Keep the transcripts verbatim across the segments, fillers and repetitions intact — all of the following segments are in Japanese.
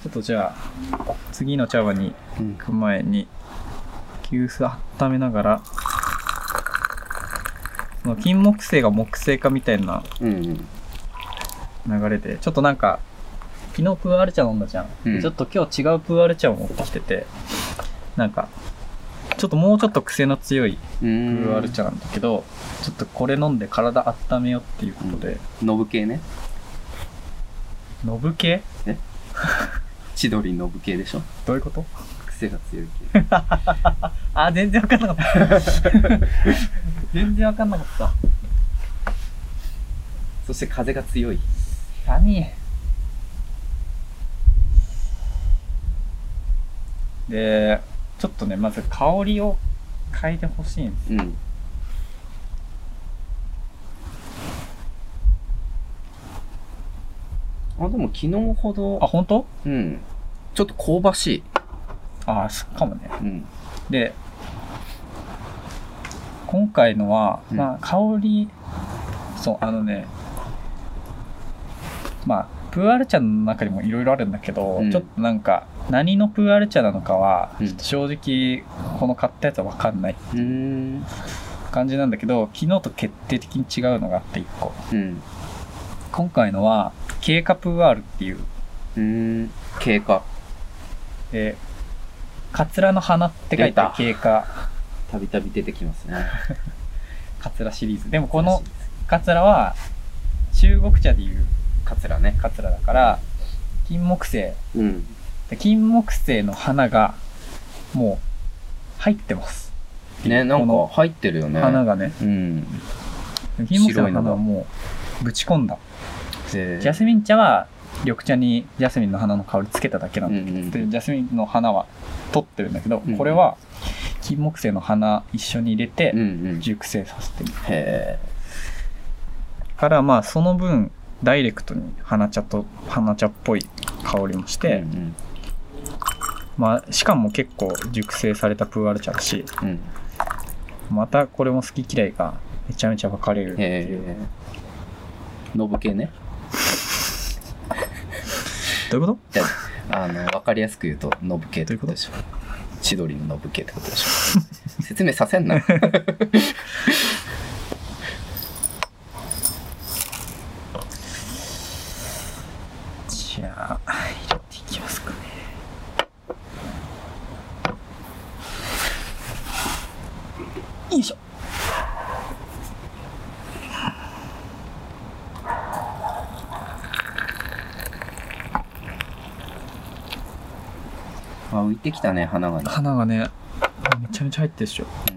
ちょっとじゃあ次の茶葉に行く前に急須温めながら、その金木犀が木犀かみたいな流れで、ちょっとなんか昨日プーアル茶飲んだじゃん、うん、ちょっと今日違うプーアル茶を持ってきてて、なんかちょっともうちょっと癖の強いプーアル茶なんだけど、ちょっとこれ飲んで体温めようっていうことで。 ノブ系ね。 ノブ系？ え千鳥ノブ系でしょ。 どういうこと？ 癖が強い系。 あ、全然わかんなかった全然わかんなかった。 そして風が強い。 何？で、ちょっとね、まず香りを嗅いでほしいんです。うん。 あ、でも昨日ほど。 あ、本当？ うん。ちょっと香ばしい。 あ、そうかもね。うん。で、今回のは、うん、まあ香り、そう、あのね、まあ、プーアル茶の中にもいろいろあるんだけど、うん、ちょっとなんか、何のプーアル茶なのかは、ちょっと正直、この買ったやつは分かんないっていう感じなんだけど、昨日と決定的に違うのがあっていっこ。うん、今回のは、経過プーアールっていう。 うーん、経過。 えー、カツラの花って書いてある経過。 たびたび出てきますね。 カツラシリーズ。でもこのカツラは、中国茶でいうカツラね。カツラだから、金木犀。うん、で金木犀の花が、もう、入ってます。 ね、なんか入ってるよね。 花がね。うん。金木犀の花はもう、ぶち込んだ。ジャスミン茶は緑茶にジャスミンの花の香りつけただけなんだけど、うんうん、でジャスミンの花は取ってるんだけど、うんうん、これは金木犀の花一緒に入れて熟成させている、うんうん、へーからまあその分ダイレクトに花茶と花茶っぽい香りもして、うんうん、まあしかも結構熟成されたプーアル茶だし、うん、またこれも好き嫌いがめちゃめちゃ分かれるっていう。 ノブ系ね。 どういうこと？ じゃあ、あの分かりやすく言うとノブ系ってことでしょ。千鳥のノブ系ってことでしょ。説明させんな。じゃあ入れていきますかね。よいしょ。 あ、浮いてきたね、花がね。 花がね、めちゃめちゃ入ってるでしょ。うん、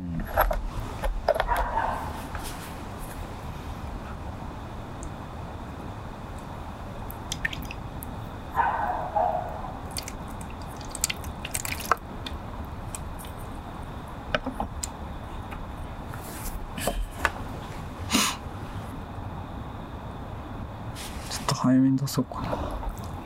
ちょっと早めに出そうかな。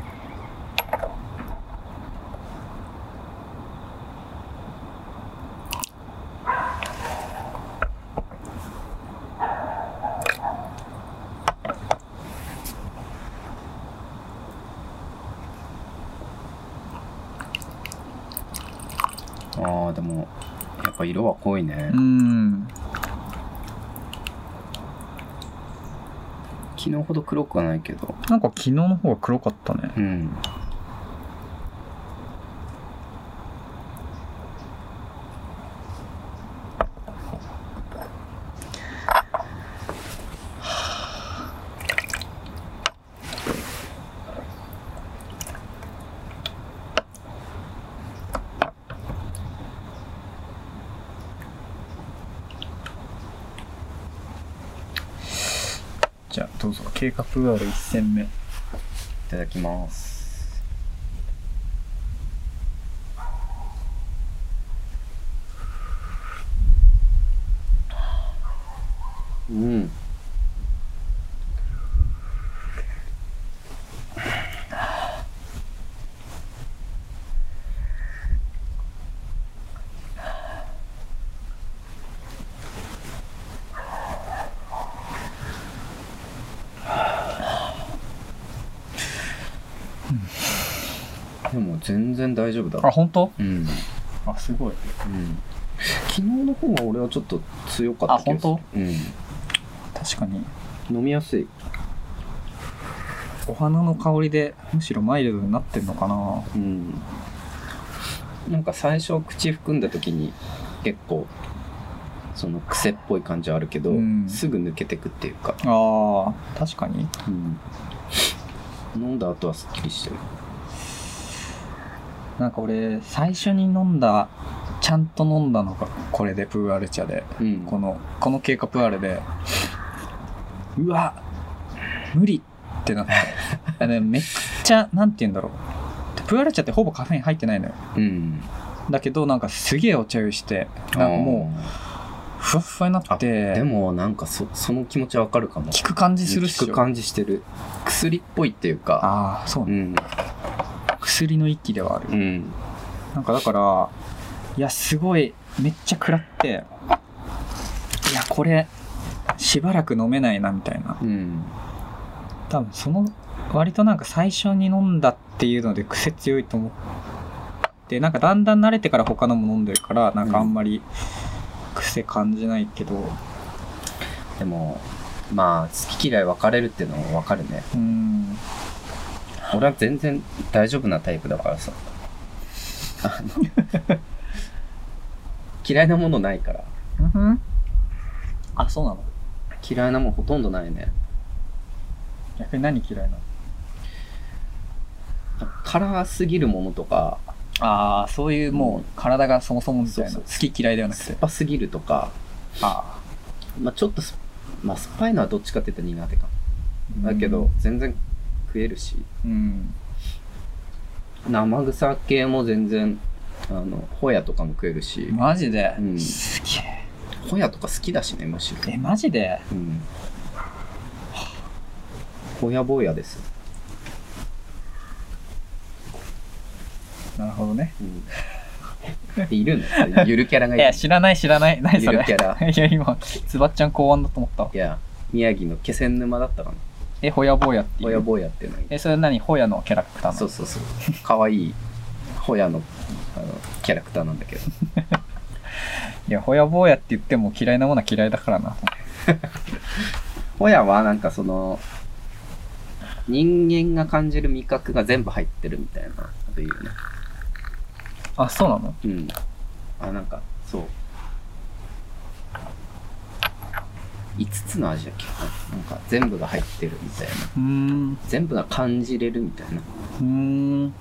ああ、でもやっぱ色は濃いね。 うん。 昨日ほど黒くはないけど。 なんか昨日の方が黒かったね。うん。じゃあどうぞ。経過プーアールいっ戦目いただきます。うん。 でも全然大丈夫だ。 あ、本当？ うん。 あ、すごい。うん。 昨日の方が俺はちょっと強かった気がする。あ、本当？うん。確かに。 飲みやすい。 お花の香りでむしろマイルドになってんのかな。 うん。なんか最初口含んだ時に結構その癖っぽい感じはあるけど、うん、すぐ抜けてくっていうか。 ああ、確かに。うん。 飲んだ後はすっきりしてる。 なんか俺最初に飲んだちゃんと飲んだのがこれでプーアール茶で、うん、このこの経過プーアールでうわ無理ってなってめっちゃなんて言うんだろう、プーアール茶ってほぼカフェイン入ってないのよ、うん、だけどなんかすげえお茶湯してなんかもうふわふわになって。 でもなんか そ, その気持ちはわかるかも。 効く感じするっしょ。 効く感じしてる。薬っぽいっていうか。 ああそうね、うん、薬の一気ではある、うん、なんかだからいやすごいめっちゃ食らって、いやこれしばらく飲めないなみたいな、うん、多分その割となんか最初に飲んだっていうので癖強いと思って、なんかだんだん慣れてから他のも飲んでるからなんかあんまり癖感じないけど、うん、 でもまあ好き嫌い分かれるっていうのも分かるね。うん、俺は全然大丈夫なタイプだからさあの嫌いなものないから、うん、 あ、そうなの？ 嫌いなもんほとんどないね。 逆に何嫌いなの？辛すぎるものとか。 ああ、そういうもう体がそもそもみたいな、そうそう、好き嫌いではなくて酸っぱすぎるとか、ああ、まあちょっとす、まあ、酸っぱいのはどっちかって言ったら苦手かだけど、うん、全然食えるし、うん、生臭系も全然あのホヤとかも食えるし。 マジで、 うん、すげえ。ホヤとか好きだしね、むしろ。 え、マジで、うん、 ホヤ坊やです。 なるほどね、 うん、いるんだゆるキャラがいる。 いや知らない知らない、何それ。 ゆるキャラ。 いや今つばっちゃん考案だと思った。 いや宮城の気仙沼だったかな。 え、ホヤ坊やっていう。 ホヤ坊やっていうの。 え、それ何、ホヤのキャラクターなの？ そうそうそう、かわいいホヤの、あのキャラクターなんだけどいやホヤ坊やって言っても嫌いなものは嫌いだからなホヤはなんかその人間が感じる味覚が全部入ってるみたいなこと言うよね。 あ、そうなの？ うん。あ、なんかそういつつの味だっけ、なんか全部が入ってるみたいな。うーん、全部が感じれるみたいな。うーん、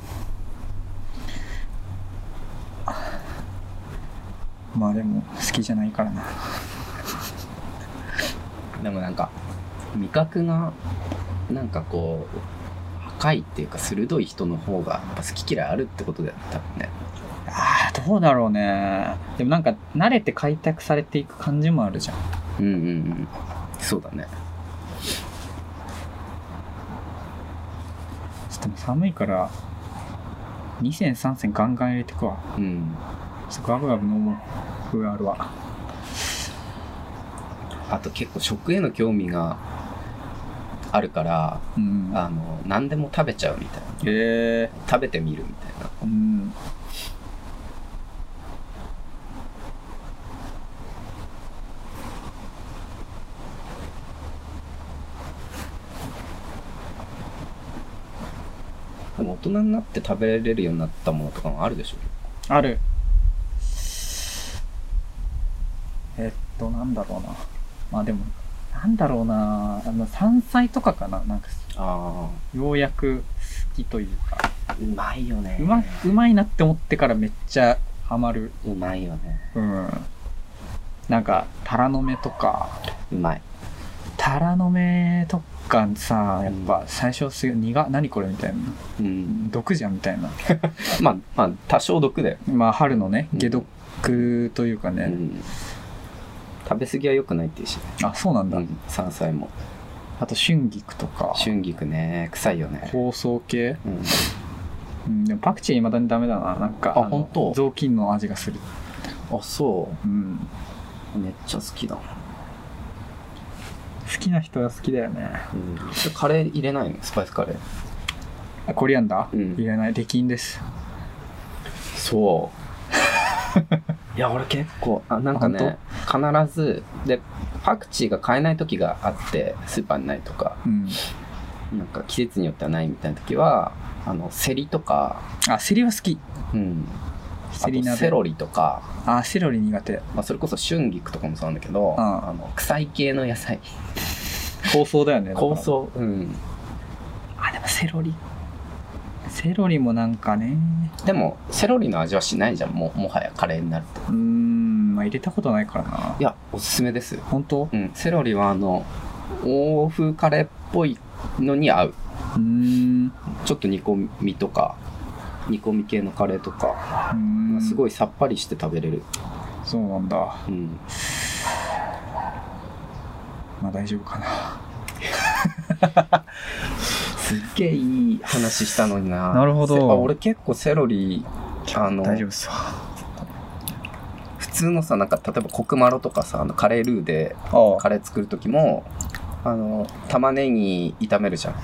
まあでも好きじゃないからなでもなんか味覚がなんかこう破壊っていうか鋭い人の方がやっぱ好き嫌いあるってことだよ多分ね。 ああ、どうだろうね。でもなんか慣れて開拓されていく感じもあるじゃん。 うんうんうん、そうだね。 ちょっと寒いからにせんさんせんガンガン入れてくわ。うん、ガブガブ飲もう。フーアールはあと結構食への興味があるから、うん、あの何でも食べちゃうみたいな。へー、食べてみるみたいな。うん、でも大人になって食べれるようになったものとかもあるでしょ？ ある。えっとなんだろうな。まあでもなんだろうな、あの山菜とかかな。なんかあようやく好きというか。 うまいよね。 うまうまいなって思ってからめっちゃハマる。 うまいよね。 うん。なんかタラの芽とか。 うまい。 タラの芽とかさ、やっぱ最初すぐ苦何これみたいな、うん、毒じゃんみたいなまあまあ多少毒だよ。 まあ春のね解毒というかね、うん、 食べ過ぎは良くないっていうし、ね、 あ、そうなんだ、うん、 山菜も。 あと春菊とか。 春菊ね、臭いよね。 香草系、うんうん、でもパクチー未だにダメだな。なんかあ、本当？ 雑巾の味がする。 あ、そう、うん、めっちゃ好きだ。 好きな人は好きだよね、 うん、カレー入れないの？スパイスカレー。 コリアンダー、 うん、 入れない。出禁です。 そういや俺結構あなんかね必ずでパクチーが買えない時があってスーパーにないとか、うん、なんか季節によってはないみたいな時はあのセリとか。 あ、セリは好き。うん。 セリ鍋。あとセロリとか。 あ、セロリ苦手。 まあ、それこそ春菊とかもそうなんだけど、うん、あの臭い系の野菜。 香草だよね。 香草。うん。 あ、でもセロリ。セロリもなんかね。 でもセロリの味はしないじゃん。ももはやカレーになると。 うーん、まあ入れたことないからな。 いやおすすめですよ。 本当？ うん。セロリはあの欧風カレーっぽいのに合う。うーん。ちょっと煮込みとか煮込み系のカレーとか、うーん、すごいさっぱりして食べれる。 そうなんだ。うん。まあ大丈夫かな。 すっげえいい話したのにな。 なるほど。 俺結構セロリあの大丈夫っすわ。 普通のさなんか例えばコクマロとかさあのカレールーでカレー作る時もあの玉ねぎ炒めるじゃん。うん。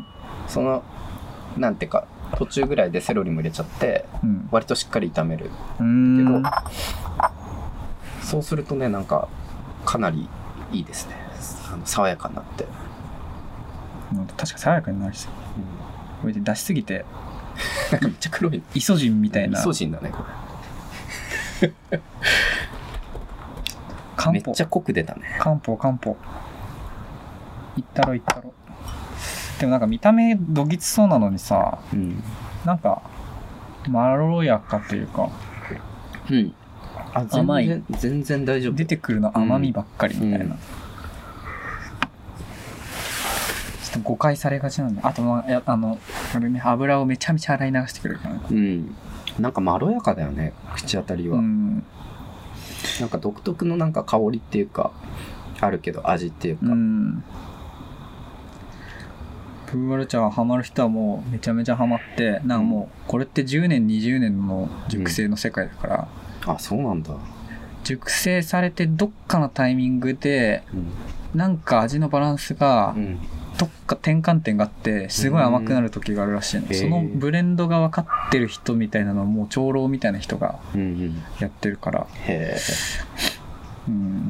そのなんていうか途中ぐらいでセロリも入れちゃって、うん、割としっかり炒めるけどそうするとねなんかかなりいいですね。あの爽やかになって。 確か爽やかになるし、うん、これで出しすぎてめっちゃ黒いイソジンみたいな。 イソジンだねこれ。めっちゃ濃く出たね。 漢方漢方いったろいったろ。でもなんか見た目どぎつそうなのにさ、うん、なんかまろやかというか、 うん、あ甘い。全然大丈夫。 出てくるの甘みばっかりみたいな、うんうん、誤解されがちなんだ。あと、まあ、あのあれね、油をめちゃめちゃ洗い流してくれるから、ね、 うん、なんかまろやかだよね口当たりは、うん、なんか独特のなんか香りっていうかあるけど味っていうか、うん、 プーアル茶はハマる人はもうめちゃめちゃハマって、なんかもうこれってじゅうねんにじゅうねんの熟成の世界だから、 うん、あ、そうなんだ。 熟成されてどっかのタイミングで、うん、なんか味のバランスが、うん、どっか転換点があってすごい甘くなる時があるらしいの、うん、そのブレンドが分かってる人みたいなのはもう長老みたいな人がやってるから、へー、うん、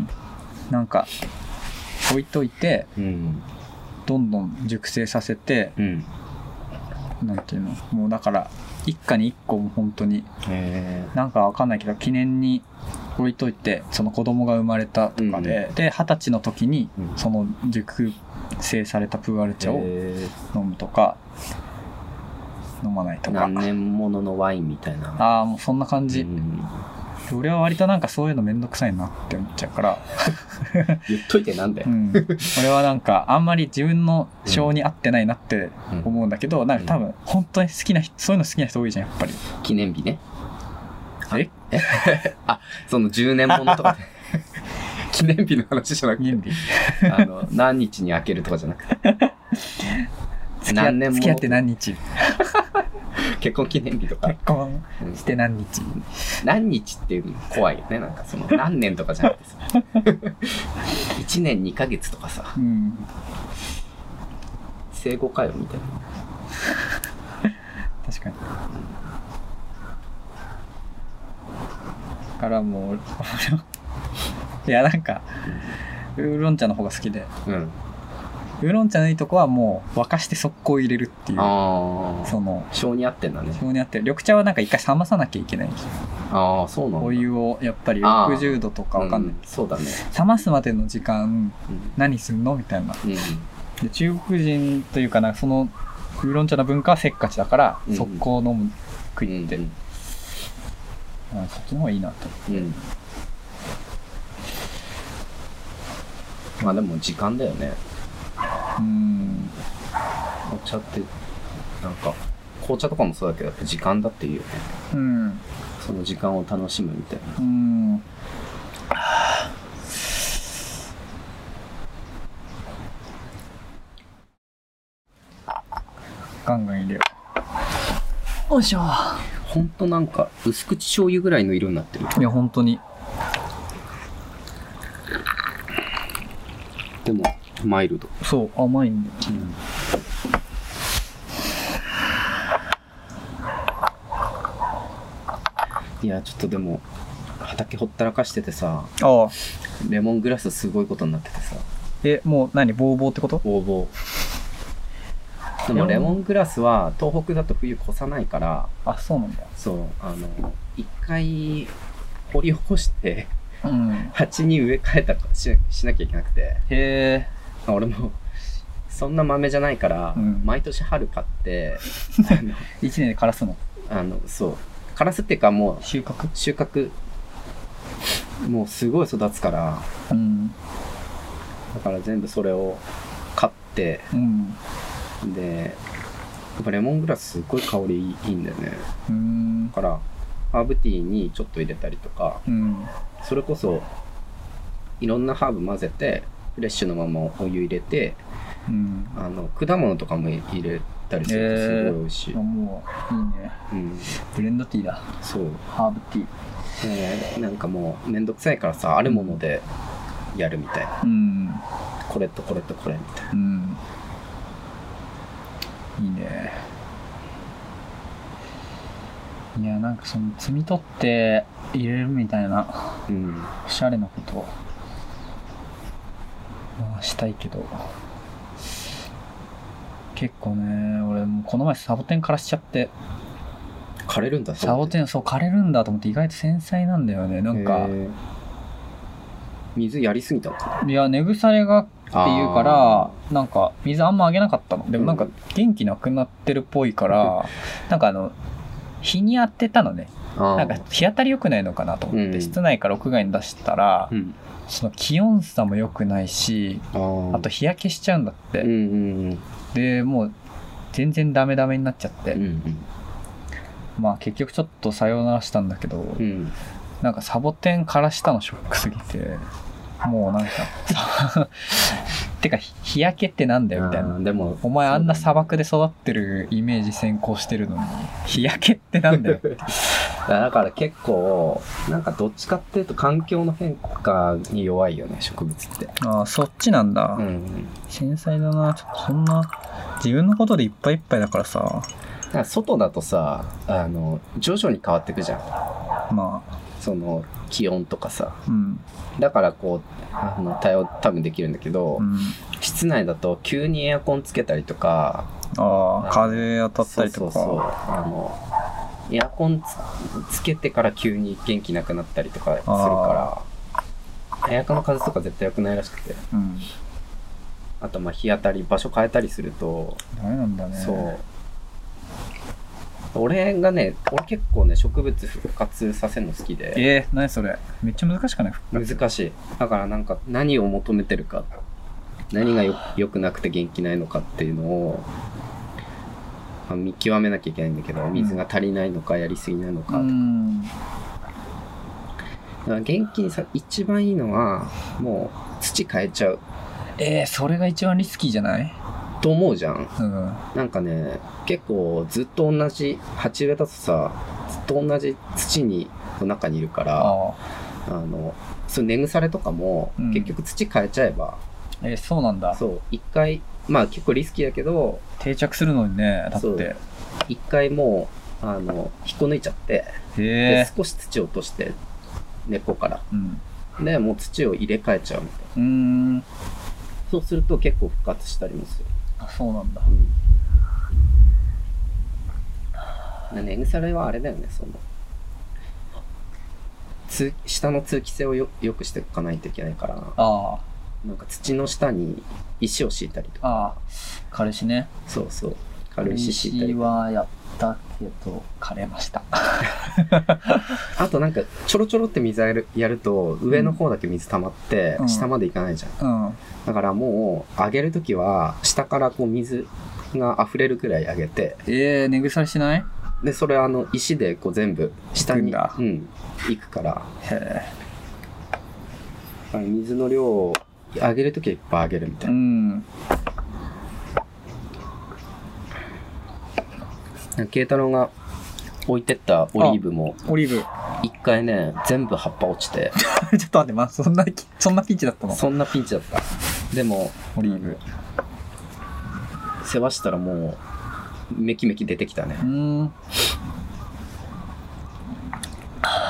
なんか置いといて、うん、どんどん熟成させて、うん、なんていうのもうだから一家に一個も本当になんか分かんないけど記念に置いといてその子供が生まれたとかで、うん、で二十歳の時にその熟成されたプーアル茶を飲むとか飲まないとか。 何年もののワインみたいな。 ああもうそんな感じ、うん、俺は割となんかそういうのめんどくさいなって思っちゃうから言っといてなんだよ、うん、 俺はなんかあんまり自分の性に合ってないなって思うんだけど、うん、なんか多分本当に好きな人そういうの好きな人多いじゃんやっぱり。 記念日ね。 えあ、そのじゅうねんものとかで記念日の話じゃなくてあの何日に開けるとかじゃなくて何年も付き合って何日結婚記念日とか結婚して何日、うん、 何日っていうの怖いよね。なんかその何年とかじゃなくてさいちねんにかげつとかさ、うん、生後かよみたいな確かに。だからもういやなんかウーロン茶の方が好きで、うん、ウーロン茶のいいとこはもう沸かして速攻入れるっていう。あその性に合ってんだね。 性に合ってる。緑茶はなんか一回冷まさなきゃいけないんですよ。 ああそうなんだ。 お湯をやっぱりろくじゅうどとかわかんない、うん、 そうだね。 冷ますまでの時間何すんのみたいな、うん、で中国人というかなそのウーロン茶の文化はせっかちだから速攻飲む食いって、うんうん、そっちの方がいいなと思って、うん、 まあでも時間だよね。うん。お茶ってなんか紅茶とかもそうだけどやっぱ時間だっていうよね。うん。その時間を楽しむみたいな。うん。 ガンガン入れよう。よいしょ。 ほんとなんか薄口醤油ぐらいの色になってる。 いやほんとに。 でもマイルド。 そう甘いんだ、うん、 いやちょっとでも畑ほったらかしててさ、 ああレモングラスすごいことになっててさ。 え、もう何ボーボーってこと？ ボーボー。でもレモングラスは東北だと冬越さないから。 あ、そうなんだ。 そう、あの一回掘り起こして、 うん、 鉢に植え替えたか し, しなきゃいけなくて。 へえ。 俺もそんな豆じゃないから、うん、毎年春買っていちねんで枯らすの？ あのそう枯らすっていうかもう収穫収穫もうすごい育つから、うん、だから全部それを買って、うん、でやっぱレモングラスすごい香りいいんだよね。うん、だからハーブティーにちょっと入れたりとか、うん、それこそいろんなハーブ混ぜてフレッシュのままお湯入れて、うん、あの果物とかも入れたりするとすごい美味しい。えー、 もういいね、うん、ブレンドティーだ。 そうハーブティー、 えー、なんかもうめんどくさいからさ、あるものでやるみたいな、うん、これとこれとこれみたいな、うん、 いいね。いやなんかその摘み取って入れるみたいな、うん、おしゃれなことを、まあ、したいけど結構ね、俺もこの前サボテン枯らしちゃって。 枯れるんだ。 サボテンそう枯れるんだと思って、意外と繊細なんだよね。なんか水やりすぎたのかな。 いや根腐れがっていうからなんか水あんまあげなかったの。でもなんか元気なくなってるっぽいから、うん、なんかあの日に当てたのね。なんか日当たり良くないのかなと思って、うん、室内から屋外に出したら、うん、その気温差も良くないし、あと日焼けしちゃうんだって、うんうんうん、でもう全然ダメダメになっちゃって、うんうん、まあ結局ちょっとさようならしたんだけど、うん、なんかサボテン枯らしたのショックすぎて、もうなんかてか日焼けってなんだよみたいな。 でもお前あんな砂漠で育ってるイメージ先行してるのに日焼けってなんだよだから結構なんかどっちかっていうと環境の変化に弱いよね、植物って。 ああ、そっちなんだ、うん、繊細だな。ちょっとそんな自分のことでいっぱいいっぱいだからさ。だから外だとさ、あの徐々に変わってくじゃん。まあその気温とかさ、うん、だからこうあの対応多分できるんだけど、うん、室内だと急にエアコンつけたりとか、 ああ風当たったりとか、そうそうそう、 あのエアコン つ, つけてから急に元気なくなったりとかするから、エアコンの風とか絶対良くないらしくて、うん、あとまあ日当たり場所変えたりするとダメなんだね。 そう俺がね、俺結構ね植物復活させるの好きで。 えー、何それ。めっちゃ難しくない？ 難しい。だからなんか何を求めてるか、何がよ良くなくて元気ないのかっていうのを、まあ、見極めなきゃいけないんだけど、水が足りないのかやりすぎなのかとか。うん、だから元気にさ一番いいのはもう土変えちゃう。 えー、それが一番リスキーじゃない？ と思うじゃん、うん、なんかね結構ずっと同じ鉢植えだとさ、ずっと同じ土にの中にいるから、ああのその根腐れとかも、うん、結局土変えちゃえば、 えー、そうなんだ。 そう一回まあ結構リスキーだけど定着するのにね。だって一回もうあの引っこ抜いちゃって、で少し土を落として根っこから、うん、でもう土を入れ替えちゃうみたいな。うーん、そうすると結構復活したりもする。 あ、そうなんだ。 うん、根腐れはあれだよね、そのつ下の通気性をよよくしておかないといけないから。ああ、なんか土の下に石を敷いたりとか。ああ、 軽石ね。 そうそう、軽石敷いたり。 石はやったけど枯れましたあとなんかちょろちょろって水やるやると上の方だけ水溜まって下までいかないじゃん、うんうん、だからもう上げるときは下からこう水が溢れるくらい上げて、 えー、根腐れしない？ でそれあの石でこう全部下に行くんだ、うん、行くから。へえ。水の量を上げるときはいっぱい上げるみたいな、うん。慶太郎が置いてったオリーブもオリーブ一回ね全部葉っぱ落ちてちょっと待って、まあ、そんなそんなピンチだったの？ そんなピンチだった。でもオリーブ世話したらもうメキメキ出てきたね。うーん、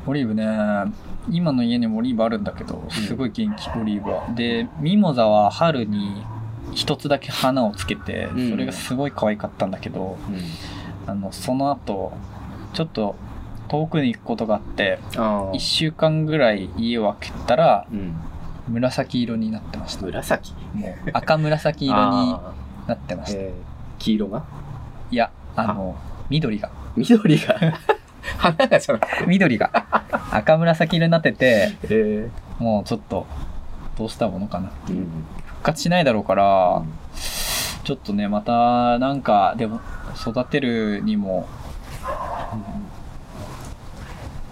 オリーブね、今の家にもオリーブあるんだけど、すごい元気、オリーブは。で、ミモザは春に一つだけ花をつけて、それがすごい可愛かったんだけど、うん、あのその後ちょっと遠くに行くことがあって、いっしゅうかんぐらい家を開けたら、うん、紫色になってました。 紫？ もう赤紫色になってました。 えー、黄色が？ いや、あの緑が。 緑が花がじゃなくて緑が赤紫色になってて、えー、もうちょっとどうしたものかなっていう、うん、復活しないだろうから、うん、ちょっとねまたなんかでも育てるにも、うん、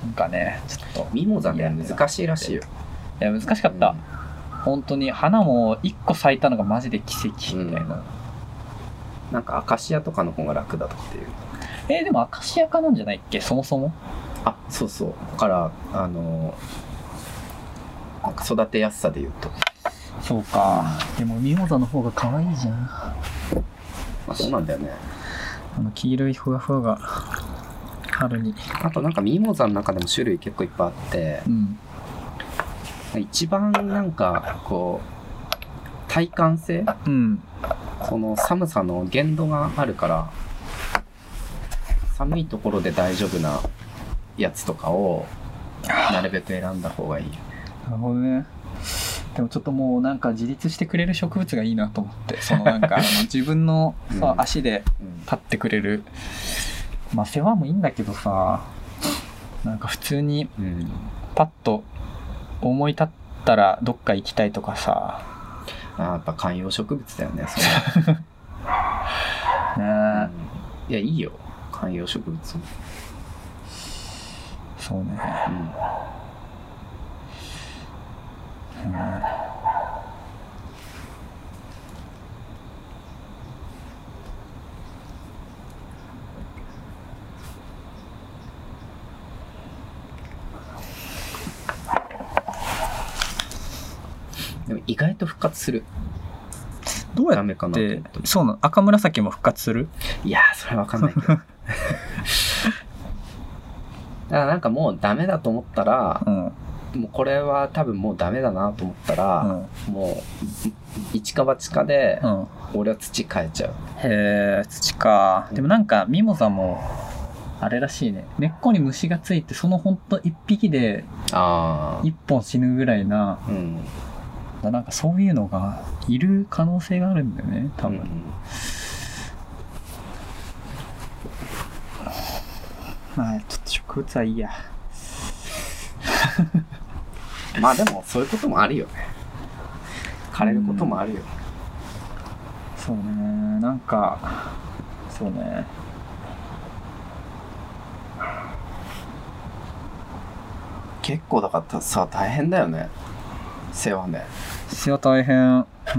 なんかねちょっとミモザね難しいらしいよ。 いや難しかった、うん、本当に花もいっこ咲いたのがマジで奇跡みたいな、うん、 なんかアカシアとかの方が楽だとかっていう。 えー、でもアカシア科なんじゃないっけそもそも。 あ、そうそう。だからあのなんか育てやすさで言うと。 そうか。でもミモザの方が可愛いじゃん。 まあそうなんだよね。 あの黄色いふわふわが春に。 あとなんかミモザの中でも種類結構いっぱいあって、うん、一番なんかこう耐寒性、うん、その寒さの限度があるから。寒いところで大丈夫なやつとかをなるべく選んだ方がいい。 なるほどね。でもちょっともうなんか自立してくれる植物がいいなと思って、そのなんかあの自分のさ、うん、足で立ってくれる、うん、まあ世話もいいんだけどさ、なんか普通にパッと思い立ったらどっか行きたいとかさ。 あ、やっぱ観葉植物だよね。それねえ、うん、いやいいよ。観葉植物。 そうね。うん。うん、 でも意外と復活する。 どうやってかなってそうなの。赤紫も復活する？ いやーそれは分かんないけどだからなんかもうダメだと思ったら、うん、もうこれは多分もうダメだなと思ったら、うん、もう一か八かで俺は土変えちゃう、うん、 へえ土か。でもなんかミモザもあれらしいね、根っこに虫がついてそのほんと一匹で一本死ぬぐらいな、うん、なんかそういうのがいる可能性があるんだよね多分、うん、まあちょっと植物はいいやまあでもそういうこともあるよね。枯れることもあるよ、うん、 そうね。なんかそうね結構だからさ大変だよね世話ね。 世話大変。うん、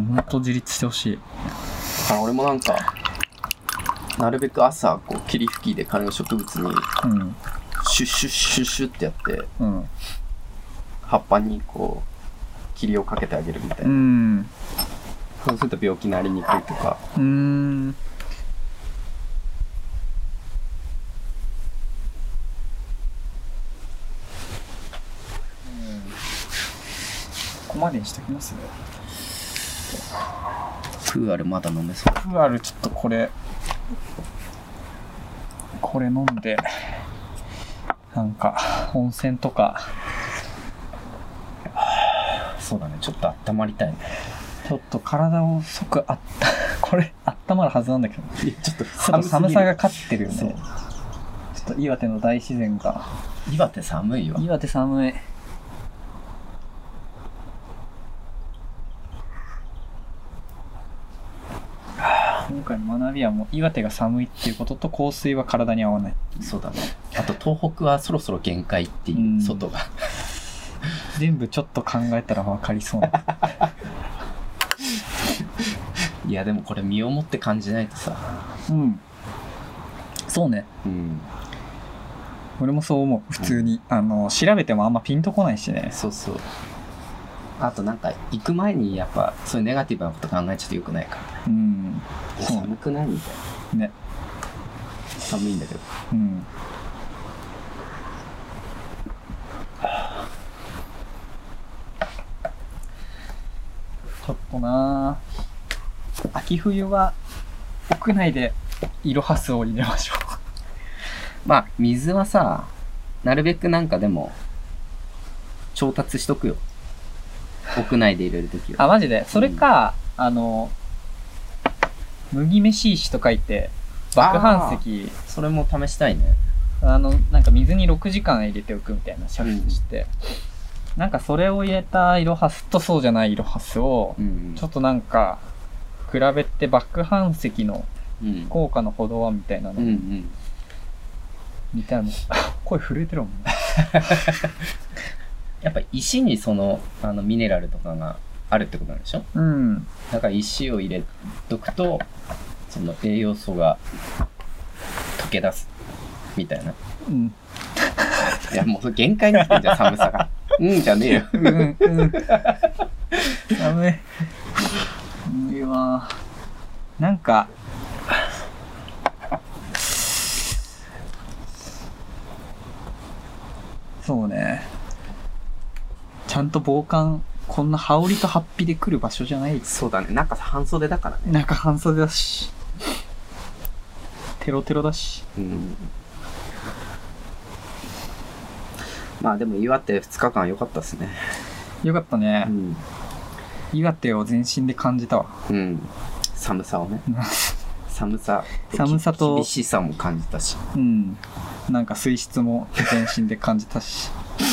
ほんと自立してほしい。 だから俺もなんかなるべく朝こう霧吹きで観葉植物にシュッシュッシュッシュッってやって、うん、葉っぱにこう霧をかけてあげるみたいな、うん、そうすると病気になりにくいとか。うーん、 ここまでにしときますね。 プーアルまだ飲めそう。 プーアルちょっとこれこれ飲んでなんか温泉とか。 そうだね、ちょっと温まりたいね。 ちょっと体を即あったこれ温まるはずなんだけどちょっと寒寒さが勝ってるよね。ちょっと岩手の大自然が。 岩手寒いよ。 岩手寒い。今回の学びはもう岩手が寒いっていうことと香水は体に合わない。 そうだね。あと東北はそろそろ限界っていう外が全部ちょっと考えたら分かりそうな。 いやでもこれ身をもって感じないとさ。うん。 そうね。うん。俺もそう思う。普通に、うん、あの調べてもあんまピンとこないしね。 そうそう。あとなんか行く前にやっぱそういうネガティブなこと考えちゃってよくないから。うん。寒くないみたいな。ね。寒いんだけど。うん。 ちょっとな秋冬は屋内でイロハスを入れましょう。 まあ水はさ、なるべくなんかでも調達しとくよ。屋内で入れるときは。 あ、マジでそれか、うん、あの麦飯石と書いて爆飯石。 それも試したいね。 あのなんか水にろくじかん入れておくみたいな煮沸して、うん、なんかそれを入れたイロハスとそうじゃないイロハスを、うんうん、ちょっとなんか比べて爆飯石の効果のほどはみたいなの、うんうん、みたいなの声震えてるもんね。 やっぱ石にその、あのミネラルとかがあるってことなんでしょ。 うん。 だから石を入れとくとその栄養素が溶け出すみたいな。 うん。 いやもうそれ限界に来てんじゃん寒さが。うんじゃねえよ。うんうん。 寒い。寒いわ。なんか。そうね。ちゃんと防寒、こんな羽織とハッピで来る場所じゃない。 そうだね。中半袖だからね。 中半袖だし。テロテロだし。 うん。まあでも岩手ふつかかん良かったですね。 よかったね。 うん、 岩手を全身で感じたわ。 うん。寒さをね。寒さ。 寒さと厳しさも感じたし。 うん。なんか水質も全身で感じたし。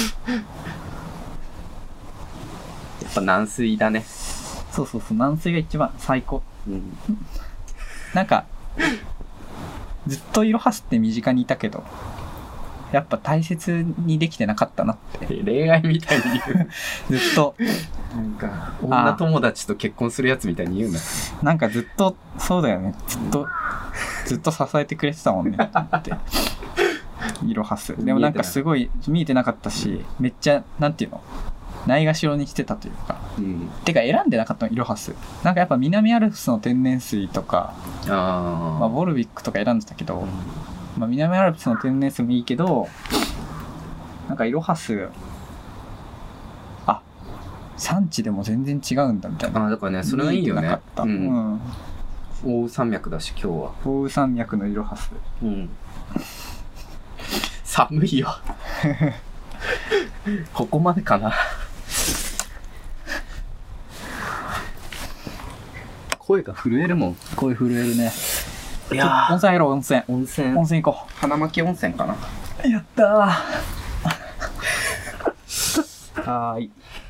やっぱ軟水だね。 そうそうそう、軟水が一番最高。 うん、 なんかずっとイロハスって身近にいたけど、やっぱ大切にできてなかったなって。 恋愛みたいに言う。 ずっとなんか女友達と結婚するやつみたいに言うな。 なんかずっとそうだよね。ずっとずっと支えてくれてたもんねってイロハス。でもなんかすごい見えてなかったし、めっちゃなんていうの、ないがしろにしてたというか、うん、てか選んでなかったのイロハス。なんかやっぱ南アルプスの天然水とか、 あ、 まあ、ボルビックとか選んでたけど、うん、まあ、南アルプスの天然水もいいけど、なんかイロハス、あ、産地でも全然違うんだみたいな。 あ、だからね、それはいいよね。なかった、 うん、 奥羽山脈だし今日は。 奥羽山脈のイロハス。 うん。寒いよ。ここまでかな。声が震えるもん。 声震えるね。 いや温泉入ろう。温泉。 温泉。 温泉行こう。花巻温泉かな。 やったー。はーい。